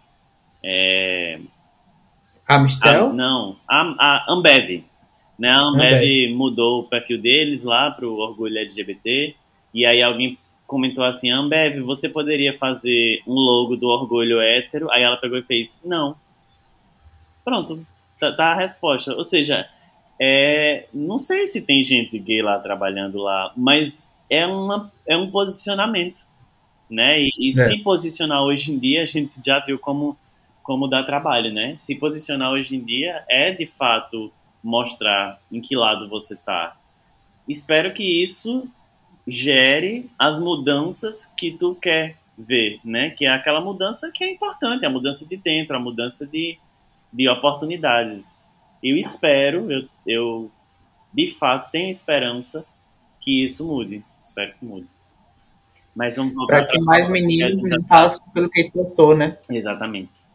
Amistel? Não, a Ambev. Né? A Ambev Ambev. mudou o perfil deles lá para o orgulho LGBT, e aí alguém comentou assim, Ambev, você poderia fazer um logo do orgulho hétero? Aí ela pegou e fez, não. Pronto, tá a resposta. Ou seja, não sei se tem gente gay lá trabalhando lá, mas é um posicionamento, né? E se posicionar hoje em dia, a gente já viu como dá trabalho, né? Se posicionar hoje em dia é, de fato, mostrar em que lado você tá. Espero que isso gere as mudanças que tu quer ver, né? Que é aquela mudança que é importante, a mudança de dentro, a mudança de oportunidades. Eu espero, eu de fato tenho esperança que isso mude. Espero que mude. Mas vamos voltar para que mais meninos não passem pelo que passou, né? Exatamente.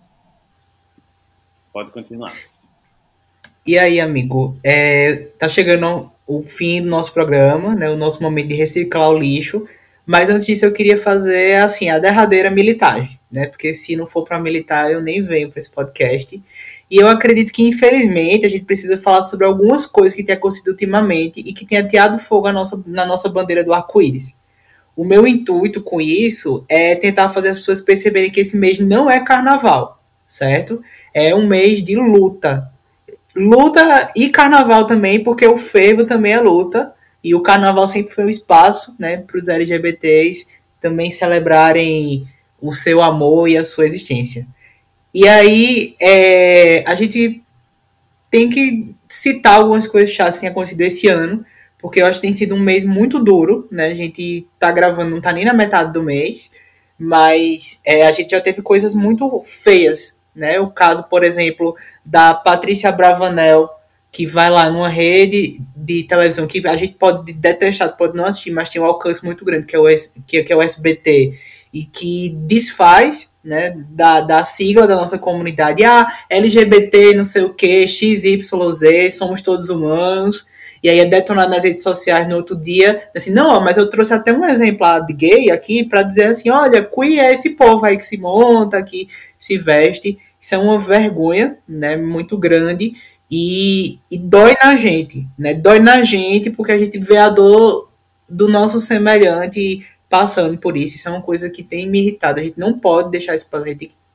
Pode continuar. E aí, amigo, tá chegando o fim do nosso programa, né? O nosso momento de reciclar o lixo. Mas antes disso, eu queria fazer, assim, a derradeira militagem, né? Porque se não for para militar, eu nem venho para esse podcast. E eu acredito que, infelizmente, a gente precisa falar sobre algumas coisas que tem acontecido ultimamente e que tem ateado fogo na nossa bandeira do arco-íris. O meu intuito com isso é tentar fazer as pessoas perceberem que esse mês não é carnaval, certo? É um mês de luta. Luta e carnaval também, porque o fervo também é luta. E o carnaval sempre foi um espaço, né, para os LGBTs também celebrarem o seu amor e a sua existência. E aí, a gente tem que citar algumas coisas chatas que têm acontecido esse ano, porque eu acho que tem sido um mês muito duro, né? A gente tá gravando, não tá nem na metade do mês, mas a gente já teve coisas muito feias, né? O caso, por exemplo, da Patrícia Bravanel, que vai lá numa rede de televisão que a gente pode detestar, pode não assistir, mas tem um alcance muito grande, que é o SBT, e que desfaz, né, da sigla da nossa comunidade, LGBT, não sei o que, XYZ, somos todos humanos, e aí é detonado nas redes sociais no outro dia, assim, não, mas eu trouxe até um exemplar de gay aqui para dizer assim, olha, queer é esse povo aí que se monta, que se veste, isso é uma vergonha, né, muito grande, e dói na gente, né, dói na gente porque a gente vê a dor do nosso semelhante passando por isso. Isso é uma coisa que tem me irritado. A gente não pode deixar isso passar. A gente tem que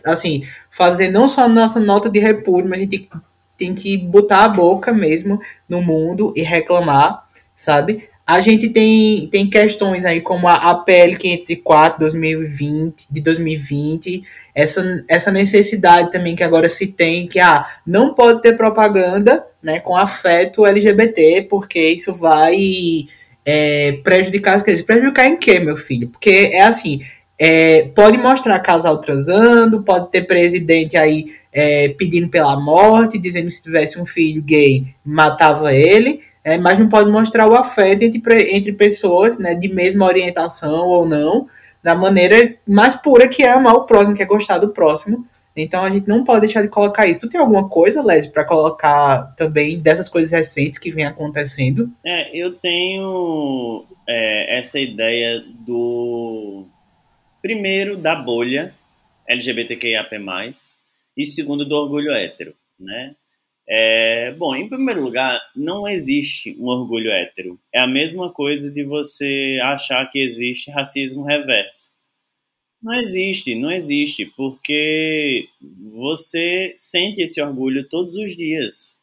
assim, fazer não só a nossa nota de repúdio, mas a gente tem que botar a boca mesmo no mundo e reclamar, sabe? A gente tem questões aí como a PL 504 2020, de 2020, essa necessidade também que agora se tem, que não pode ter propaganda, né, com afeto LGBT, porque isso vai prejudicar as crianças. Prejudicar em quê, meu filho? Porque é assim, pode mostrar casal transando, pode ter presidente aí pedindo pela morte, dizendo que se tivesse um filho gay, matava ele, mas não pode mostrar o afeto entre pessoas, né, de mesma orientação ou não, da maneira mais pura, que é amar o próximo, que é gostar do próximo. Então a gente não pode deixar de colocar isso. Tu tem alguma coisa, Leslie, para colocar também dessas coisas recentes que vem acontecendo? Eu tenho essa ideia do, primeiro, da bolha LGBTQIAP+, e segundo, do orgulho hétero, né? Bom, em primeiro lugar, não existe um orgulho hétero. É a mesma coisa de você achar que existe racismo reverso. Não existe, não existe, porque você sente esse orgulho todos os dias.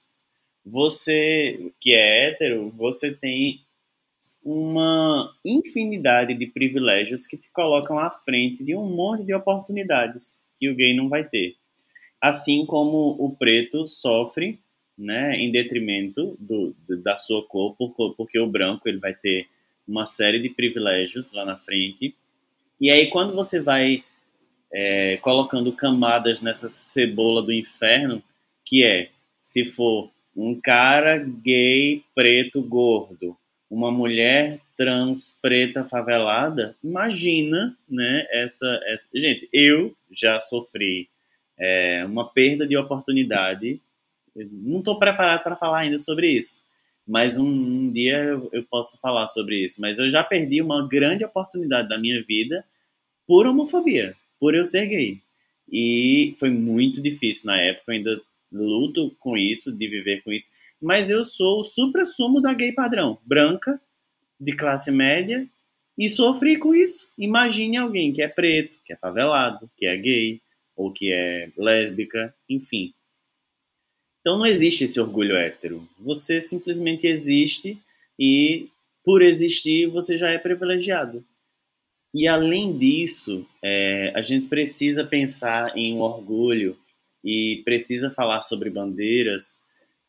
Você, que é hétero, você tem uma infinidade de privilégios que te colocam à frente de um monte de oportunidades que o gay não vai ter. Assim como o preto sofre, né, em detrimento da sua cor, porque o branco ele vai ter uma série de privilégios lá na frente. E aí, quando você vai colocando camadas nessa cebola do inferno, que se for um cara gay, preto, gordo, uma mulher trans, preta, favelada, imagina, né, Gente, eu já sofri uma perda de oportunidade. Eu não estou preparado para falar ainda sobre isso, mas um dia eu posso falar sobre isso. Mas eu já perdi uma grande oportunidade da minha vida por homofobia, por eu ser gay. E foi muito difícil na época, eu ainda luto com isso, de viver com isso. Mas eu sou o supra-sumo da gay padrão, branca, de classe média, e sofri com isso. Imagine alguém que é preto, que é favelado, que é gay, ou que é lésbica, enfim. Então não existe esse orgulho hétero. Você simplesmente existe e, por existir, você já é privilegiado. E além disso, a gente precisa pensar em um orgulho e precisa falar sobre bandeiras,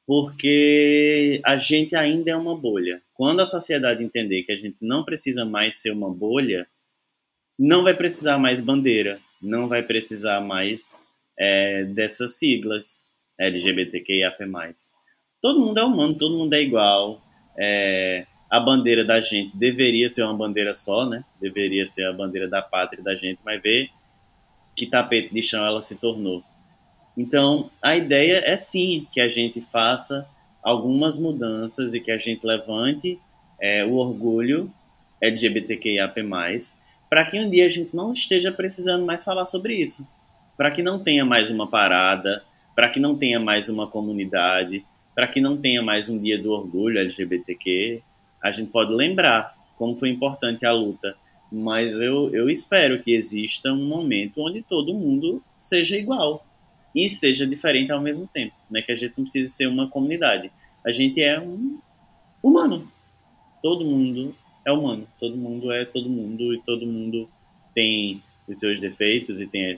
porque a gente ainda é uma bolha. Quando a sociedade entender que a gente não precisa mais ser uma bolha, não vai precisar mais bandeira, não vai precisar mais dessas siglas LGBTQIAP+. Todo mundo é humano, todo mundo é igual. A bandeira da gente deveria ser uma bandeira só, né? Deveria ser a bandeira da pátria da gente, mas vê que tapete de chão ela se tornou. Então, a ideia é sim que a gente faça algumas mudanças e que a gente levante o orgulho LGBTQIAP+, para que um dia a gente não esteja precisando mais falar sobre isso. Para que não tenha mais uma parada, para que não tenha mais uma comunidade, para que não tenha mais um dia do orgulho LGBTQ. A gente pode lembrar como foi importante a luta, mas eu espero que exista um momento onde todo mundo seja igual e seja diferente ao mesmo tempo, né? Que a gente não precisa ser uma comunidade. A gente é um humano. Todo mundo é humano. Todo mundo é todo mundo e todo mundo tem os seus defeitos e tem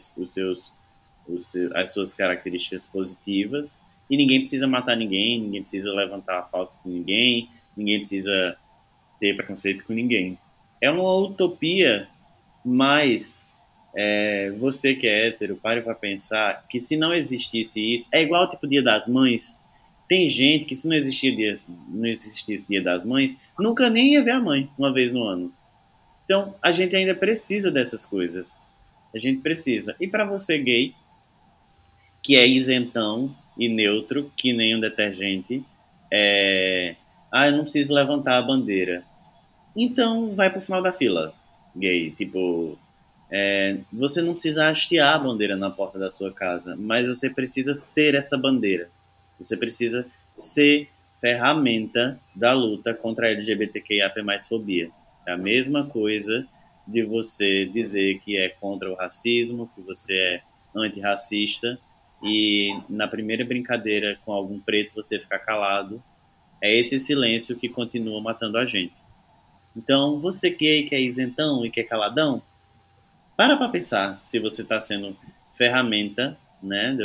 as suas características positivas. E ninguém precisa matar ninguém, ninguém precisa levantar a falsa de ninguém, ninguém precisa ter preconceito com ninguém. É uma utopia, mas você que é hétero, pare para pensar que se não existisse isso, é igual tipo Dia das Mães. Tem gente que se não existisse Dia das Mães, nunca nem ia ver a mãe uma vez no ano. Então, a gente ainda precisa dessas coisas. A gente precisa. E para você gay, que é isentão e neutro, que nem um detergente, eu não preciso levantar a bandeira. Então, vai pro final da fila, gay. Tipo, você não precisa hastear a bandeira na porta da sua casa, mas você precisa ser essa bandeira. Você precisa ser ferramenta da luta contra a LGBTQIAP+ fobia. É a mesma coisa de você dizer que é contra o racismo, que você é antirracista e na primeira brincadeira com algum preto você ficar calado, é esse silêncio que continua matando a gente. Então, você gay que é isentão e que é caladão, para pensar se você está sendo ferramenta, né,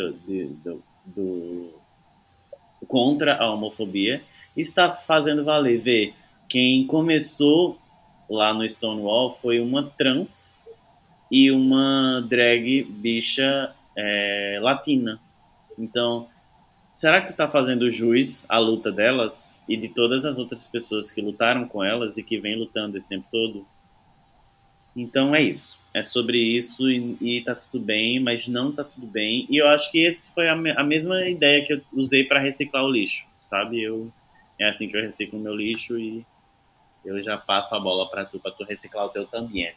contra a homofobia, está fazendo valer. Ver, quem começou lá no Stonewall foi uma trans e uma drag bicha latina. Então, será que tu tá fazendo jus à luta delas e de todas as outras pessoas que lutaram com elas e que vêm lutando esse tempo todo? Então é isso. É sobre isso e tá tudo bem, mas não tá tudo bem. E eu acho que esse foi a mesma ideia que eu usei para reciclar o lixo, sabe? É assim que eu reciclo o meu lixo e eu já passo a bola para tu reciclar o teu também.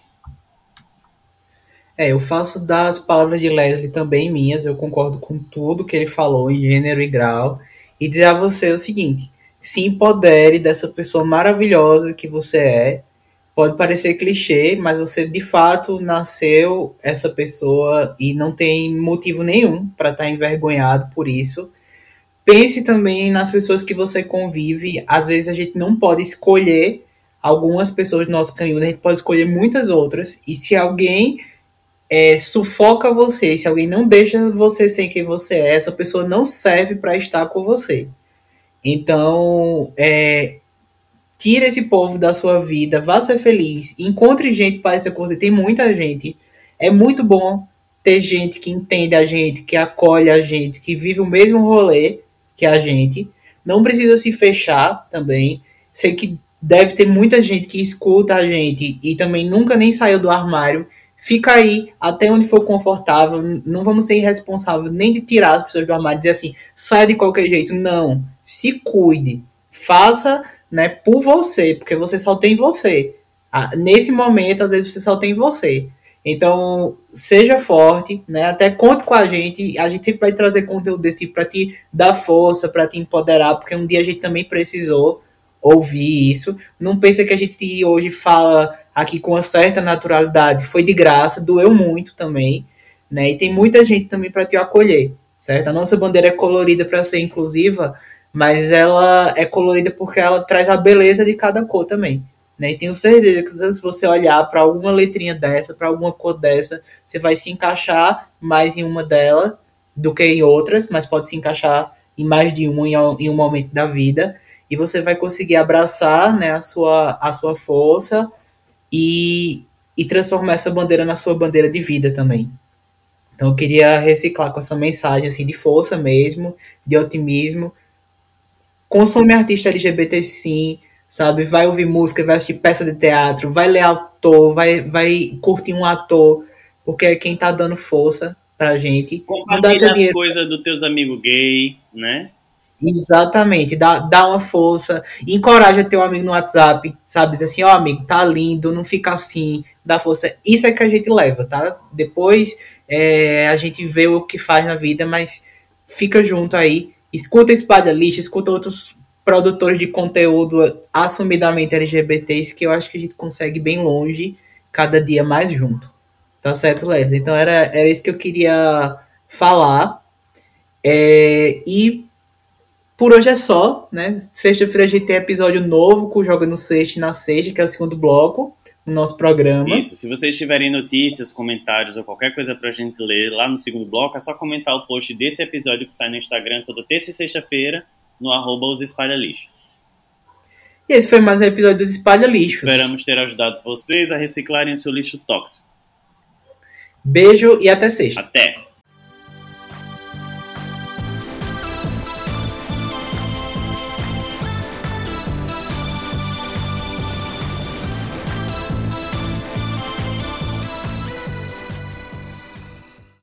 Eu faço das palavras de Leslie também minhas, eu concordo com tudo que ele falou em gênero e grau, e dizer a você o seguinte: se empodere dessa pessoa maravilhosa que você é. Pode parecer clichê, mas você de fato nasceu essa pessoa e não tem motivo nenhum para estar envergonhado por isso. Pense também nas pessoas que você convive. Às vezes a gente não pode escolher algumas pessoas do nosso caminho, a gente pode escolher muitas outras. E se alguém sufoca você, se alguém não deixa você ser quem você é, essa pessoa não serve para estar com você. Então, tira esse povo da sua vida, vá ser feliz, encontre gente parecida com você, tem muita gente. É muito bom ter gente que entende a gente, que acolhe a gente, que vive o mesmo rolê que a gente. Não precisa se fechar também. Sei que deve ter muita gente que escuta a gente e também nunca nem saiu do armário. Fica aí, até onde for confortável. Não vamos ser irresponsáveis nem de tirar as pessoas do armário e dizer assim, sai de qualquer jeito. Não, se cuide. Faça, né, por você, porque você só tem você. Nesse momento, às vezes, você só tem você. Então, seja forte, né? Até conte com a gente sempre vai trazer conteúdo desse tipo para te dar força, para te empoderar, porque um dia a gente também precisou ouvir isso. Não pense que a gente hoje fala aqui com uma certa naturalidade, foi de graça, doeu muito também, né? E tem muita gente também para te acolher, certo? A nossa bandeira é colorida para ser inclusiva, mas ela é colorida porque ela traz a beleza de cada cor também. Né? E tenho certeza que se você olhar para alguma letrinha dessa, para alguma cor dessa, você vai se encaixar mais em uma delas do que em outras, mas pode se encaixar em mais de uma em um momento da vida. E você vai conseguir abraçar, né, a sua força e transformar essa bandeira na sua bandeira de vida também. Então eu queria reciclar com essa mensagem assim, de força mesmo, de otimismo. Consome artista LGBT sim, sabe? Vai ouvir música, vai assistir peça de teatro, vai ler autor, vai curtir um ator, porque é quem tá dando força pra gente. Compartilha as coisas dos teus amigos gay, né? Exatamente, dá uma força, encoraja teu amigo no WhatsApp, sabe? Diz assim, ó, amigo, tá lindo, não fica assim, dá força. Isso é que a gente leva, tá? Depois a gente vê o que faz na vida, mas fica junto aí, escuta Espalha Lixo, escuta outros produtores de conteúdo assumidamente LGBTs, que eu acho que a gente consegue bem longe, cada dia mais junto. Tá certo, Leves? Então era isso que eu queria falar. E por hoje é só, né? Sexta-feira a gente tem episódio novo com o Joga no Sexta e na Sexta, que é o segundo bloco do nosso programa. Isso, se vocês tiverem notícias, comentários ou qualquer coisa pra gente ler lá no segundo bloco, é só comentar o post desse episódio que sai no Instagram toda terça e sexta-feira, no @os Espalha Lixos. E esse foi mais um episódio dos Espalha Lixos. Esperamos ter ajudado vocês a reciclarem o seu lixo tóxico. Beijo e até sexta. Até!